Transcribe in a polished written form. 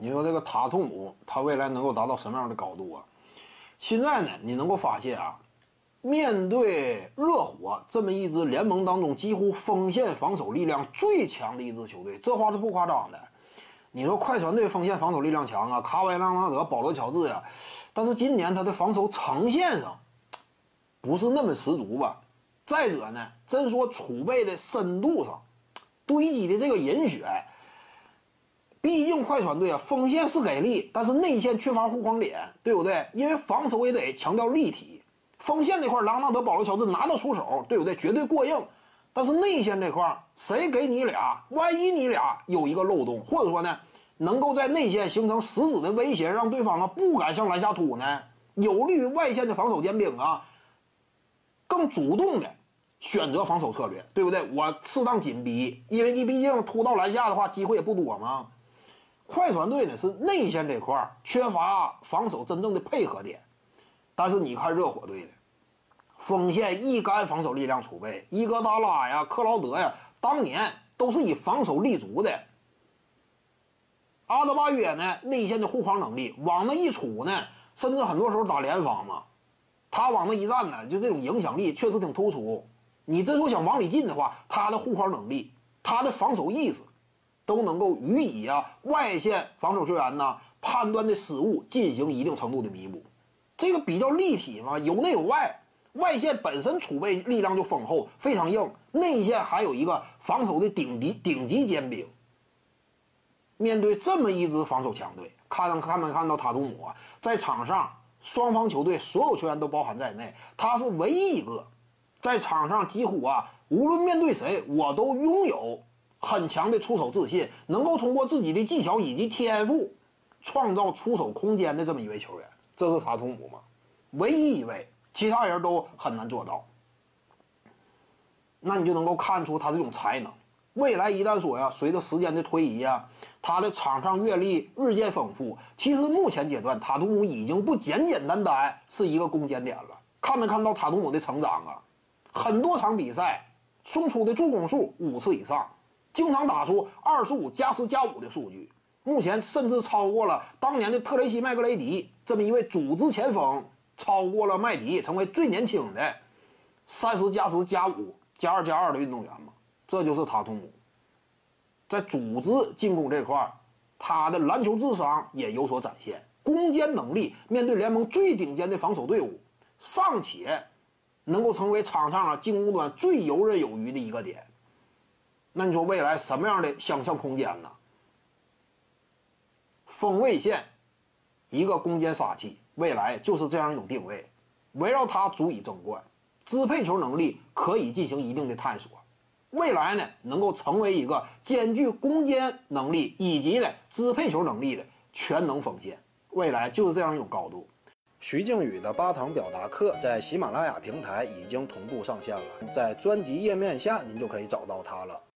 你说这个塔图姆他未来能够达到什么样的高度啊？现在呢，你能够发现啊，面对热火这么一支联盟当中几乎锋线防守力量最强的一支球队，这话是不夸张的。你说快船队锋线防守力量强啊，卡瓦伊·朗纳德、保罗·乔治呀，但是今年他的防守呈现上不是那么十足吧？再者呢，真说储备的深度上，堆积的这个人血。毕竟快船队啊，锋线是给力，但是内线缺乏护框点，对不对？因为防守也得强调立体。锋线这块，朗纳德、保罗·乔治拿得出手，对不对？绝对过硬。但是内线这块，谁给你俩？万一你俩有一个漏洞，或者说呢，能够在内线形成实质的威胁，让对方啊不敢向篮下突呢，有利于外线的防守尖兵啊，更主动的选择防守策略，对不对？我适当紧逼，因为你毕竟突到篮下的话，机会也不多嘛。快船队呢是内线这块缺乏防守真正的配合点，但是你看热火队的锋线一干防守力量储备，伊戈达拉呀、克劳德呀，当年都是以防守立足的。阿德巴约呢，内线的护框能力往那一杵呢，甚至很多时候打联防嘛，他往那一站呢，就这种影响力确实挺突出。你真说想往里进的话，他的护框能力，他的防守意识。都能够予以外线防守球员判断的失误进行一定程度的弥补，这个比较立体嘛，有内有外，外线本身储备力量就丰厚，非常硬，内线还有一个防守的顶级尖兵。面对这么一支防守强队，看没看到塔图姆啊？在场上双方球队所有球员都包含在内，他是唯一一个在场上几乎无论面对谁，我都拥有很强的出手自信，能够通过自己的技巧以及天赋创造出手空间的这么一位球员，这是塔图姆吗？唯一一位，其他人都很难做到。那你就能够看出他这种才能。未来一旦说随着时间的推移他的场上阅历日渐丰富，其实目前阶段塔图姆已经不简简单单是一个攻坚点了。看没看到塔图姆的成长啊？很多场比赛送出的助攻数5次以上。经常打出25+10+5的数据，目前甚至超过了当年的特雷西·麦格雷迪这么一位组织前锋，超过了麦迪，成为最年轻的30+10+5+2+2的运动员嘛。这就是塔图姆在组织进攻这块，他的篮球智商也有所展现，攻坚能力面对联盟最顶尖的防守队伍，尚且能够成为场上进攻端最游刃有余的一个点。那你说未来什么样的想象空间呢？锋卫线，一个攻坚杀器，未来就是这样一种定位，围绕它足以争冠，支配球能力可以进行一定的探索，未来呢能够成为一个兼具攻坚能力以及支配球能力的全能锋线，未来就是这样一种高度。徐静宇的8堂表达课在喜马拉雅平台已经同步上线了，在专辑页面下您就可以找到它了。